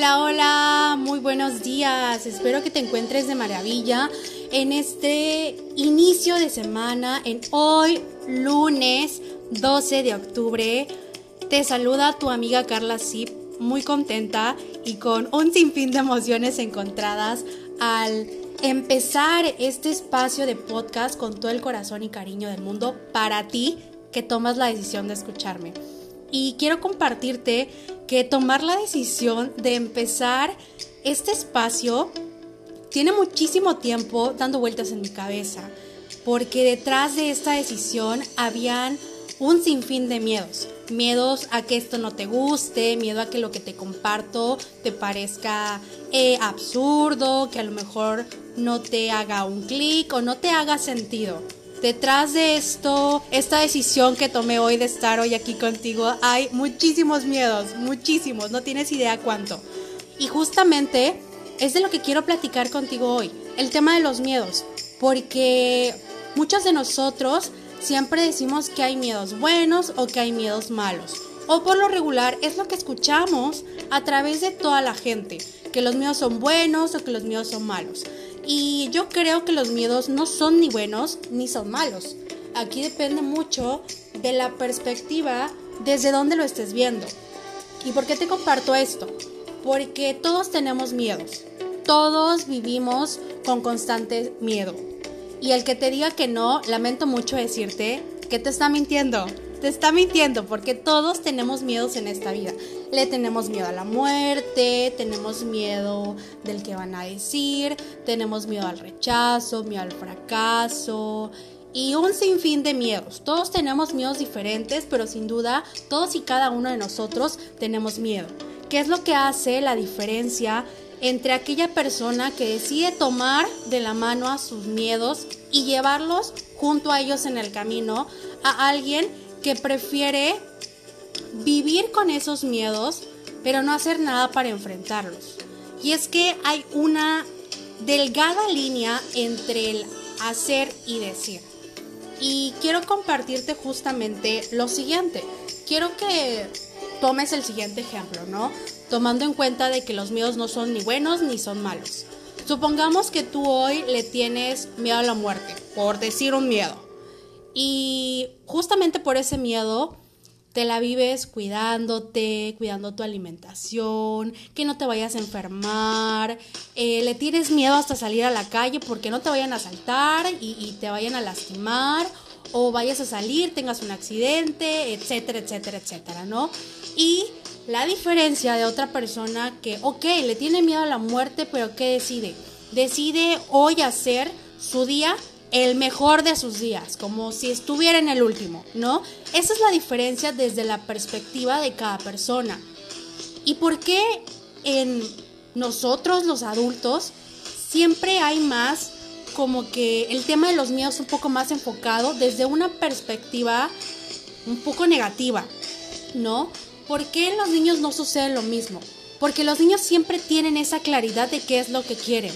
Hola, hola, muy buenos días. Espero que te encuentres de maravilla en este inicio de semana, en hoy, lunes 12 de octubre. Te saluda tu amiga Carla Zip, muy contenta y con un sinfín de emociones encontradas al empezar este espacio de podcast con todo el corazón y cariño del mundo para ti que tomas la decisión de escucharme. Y quiero compartirte que tomar la decisión de empezar este espacio tiene muchísimo tiempo dando vueltas en mi cabeza, porque detrás de esta decisión habían un sinfín de miedos. Miedos a que esto no te guste, miedo a que lo que te comparto te parezca absurdo, que a lo mejor no te haga un clic o no te haga sentido. Detrás de esto, esta decisión que tomé hoy de estar hoy aquí contigo, hay muchísimos miedos, muchísimos, no tienes idea cuánto. Y justamente es de lo que quiero platicar contigo hoy, el tema de los miedos, porque muchos de nosotros siempre decimos que hay miedos buenos o que hay miedos malos, o por lo regular es lo que escuchamos a través de toda la gente, que los miedos son buenos o que los miedos son malos. Y yo creo que los miedos no son ni buenos ni son malos. Aquí depende mucho de la perspectiva desde donde lo estés viendo. ¿Y por qué te comparto esto? Porque todos tenemos miedos. Todos vivimos con constante miedo. Y el que te diga que no, lamento mucho decirte que te está mintiendo. Te está mintiendo porque todos tenemos miedos en esta vida. Le tenemos miedo a la muerte, tenemos miedo del que van a decir, tenemos miedo al rechazo, miedo al fracaso y un sinfín de miedos. Todos tenemos miedos diferentes, pero sin duda todos y cada uno de nosotros tenemos miedo. ¿Qué es lo que hace la diferencia entre aquella persona que decide tomar de la mano a sus miedos y llevarlos junto a ellos en el camino a alguien que prefiere vivir con esos miedos, pero no hacer nada para enfrentarlos? Y es que hay una delgada línea entre el hacer y decir. Y quiero compartirte justamente lo siguiente. Quiero que tomes el siguiente ejemplo, ¿no? Tomando en cuenta de que los miedos no son ni buenos ni son malos. Supongamos que tú hoy le tienes miedo a la muerte, por decir un miedo. Y justamente por ese miedo te la vives cuidándote, cuidando tu alimentación, que no te vayas a enfermar, le tienes miedo hasta salir a la calle porque no te vayan a asaltar y te vayan a lastimar, o vayas a salir, tengas un accidente, etcétera, etcétera, etcétera, ¿no? Y la diferencia de otra persona que, le tiene miedo a la muerte, pero ¿qué decide? Decide hoy hacer su día el mejor de sus días, como si estuviera en el último, ¿no? Esa es la diferencia desde la perspectiva de cada persona. ¿Y por qué en nosotros los adultos siempre hay más como que el tema de los miedos un poco más enfocado desde una perspectiva un poco negativa, ¿no? ¿Por qué en los niños no sucede lo mismo? Porque los niños siempre tienen esa claridad de qué es lo que quieren.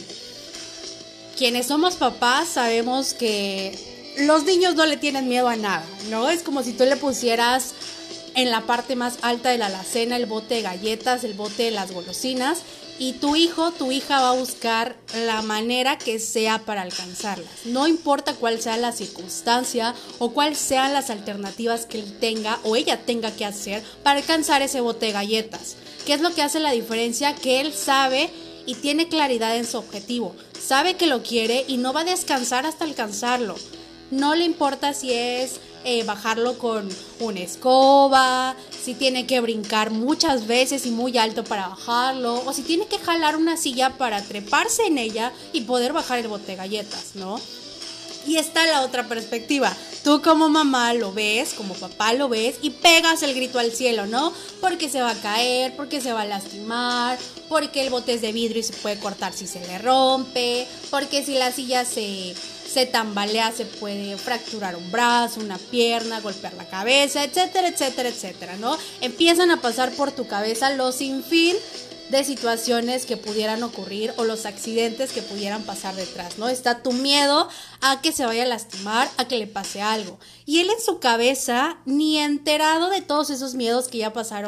Quienes somos papás sabemos que los niños no le tienen miedo a nada, ¿no? Es como si tú le pusieras en la parte más alta de la alacena el bote de galletas, el bote de las golosinas, y tu hijo, tu hija va a buscar la manera que sea para alcanzarlas. No importa cuál sea la circunstancia o cuáles sean las alternativas que él tenga o ella tenga que hacer para alcanzar ese bote de galletas. ¿Qué es lo que hace la diferencia? Que él sabe y tiene claridad en su objetivo. Sabe que lo quiere y no va a descansar hasta alcanzarlo. No le importa si es bajarlo con una escoba, si tiene que brincar muchas veces y muy alto para bajarlo, o si tiene que jalar una silla para treparse en ella y poder bajar el bote de galletas, ¿no? Y está la otra perspectiva. Tú como mamá lo ves, como papá lo ves y pegas el grito al cielo, ¿no? Porque se va a caer, porque se va a lastimar, porque el bote es de vidrio y se puede cortar si se le rompe, porque si la silla se tambalea se puede fracturar un brazo, una pierna, golpear la cabeza, etcétera, etcétera, etcétera, ¿no? Empiezan a pasar por tu cabeza los sinfín de situaciones que pudieran ocurrir o los accidentes que pudieran pasar detrás, ¿no? Está tu miedo a que se vaya a lastimar, a que le pase algo. Y él en su cabeza, ni enterado de todos esos miedos que ya pasaron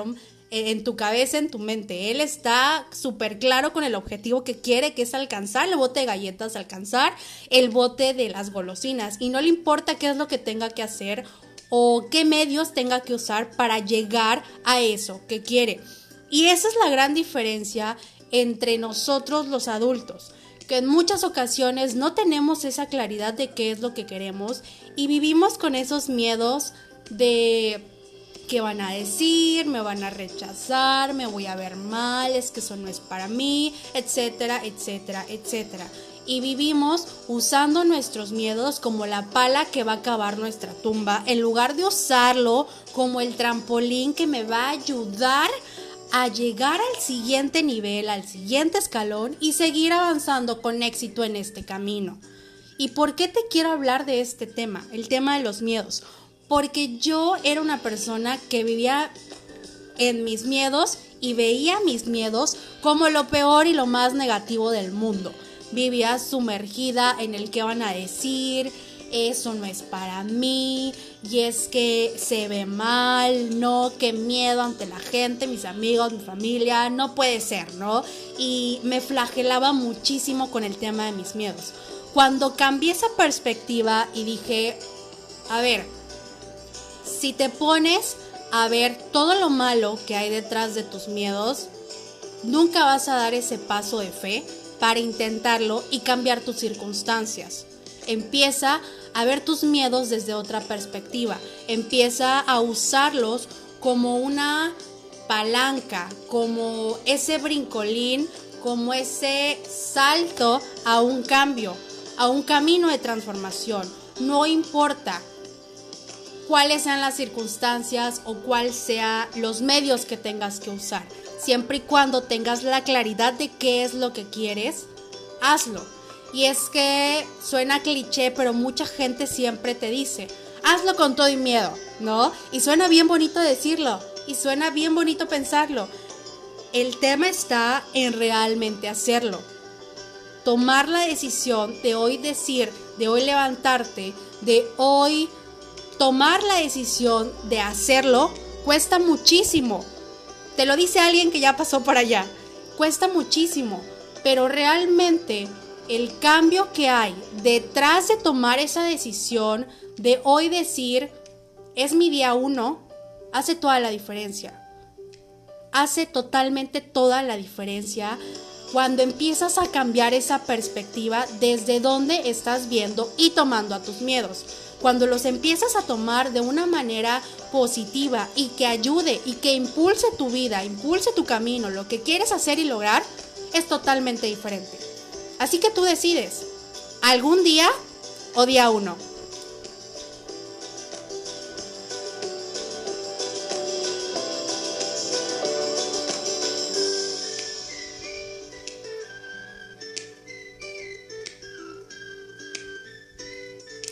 en tu cabeza, en tu mente. Él está súper claro con el objetivo que quiere, que es alcanzar el bote de galletas, alcanzar el bote de las golosinas. Y no le importa qué es lo que tenga que hacer o qué medios tenga que usar para llegar a eso que quiere. Y esa es la gran diferencia entre nosotros los adultos, que en muchas ocasiones no tenemos esa claridad de qué es lo que queremos y vivimos con esos miedos de qué van a decir, me van a rechazar, me voy a ver mal, es que eso no es para mí, etcétera, etcétera, etcétera. Y vivimos usando nuestros miedos como la pala que va a cavar nuestra tumba, en lugar de usarlo como el trampolín que me va a ayudar a llegar al siguiente nivel, al siguiente escalón y seguir avanzando con éxito en este camino. ¿Y por qué te quiero hablar de este tema, el tema de los miedos? Porque yo era una persona que vivía en mis miedos y veía mis miedos como lo peor y lo más negativo del mundo. Vivía sumergida en el que van a decir, eso no es para mí, y es que se ve mal, no, qué miedo ante la gente, mis amigos, mi familia, no puede ser, ¿no? Y me flagelaba muchísimo con el tema de mis miedos. Cuando cambié esa perspectiva y dije, a ver, si te pones a ver todo lo malo que hay detrás de tus miedos, nunca vas a dar ese paso de fe para intentarlo y cambiar tus circunstancias. Empieza a ver tus miedos desde otra perspectiva. Empieza a usarlos como una palanca, como ese brincolín, como ese salto a un cambio, a un camino de transformación. No importa cuáles sean las circunstancias o cuáles sean los medios que tengas que usar. Siempre y cuando tengas la claridad de qué es lo que quieres, hazlo. Y es que suena cliché, pero mucha gente siempre te dice, hazlo con todo y miedo, ¿no? Y suena bien bonito decirlo, y suena bien bonito pensarlo. El tema está en realmente hacerlo. Tomar la decisión de hoy decir, de hoy levantarte, de hoy tomar la decisión de hacerlo, cuesta muchísimo. Te lo dice alguien que ya pasó por allá. Cuesta muchísimo, pero realmente el cambio que hay detrás de tomar esa decisión de hoy decir, es mi día 1, hace toda la diferencia. Hace totalmente toda la diferencia cuando empiezas a cambiar esa perspectiva desde donde estás viendo y tomando a tus miedos. Cuando los empiezas a tomar de una manera positiva y que ayude y que impulse tu vida, impulse tu camino, lo que quieres hacer y lograr, es totalmente diferente. Así que tú decides, algún día o día 1.